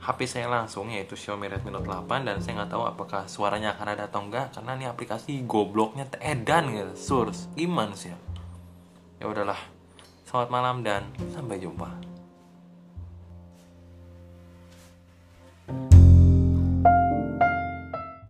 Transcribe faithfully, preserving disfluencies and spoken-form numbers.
H P saya langsung, yaitu Xiaomi Redmi Note delapan, dan saya nggak tahu apakah suaranya akan ada atau enggak karena ini aplikasi gobloknya teedan gitu. Source gimana sih ya? Ya udahlah. Selamat malam dan sampai jumpa.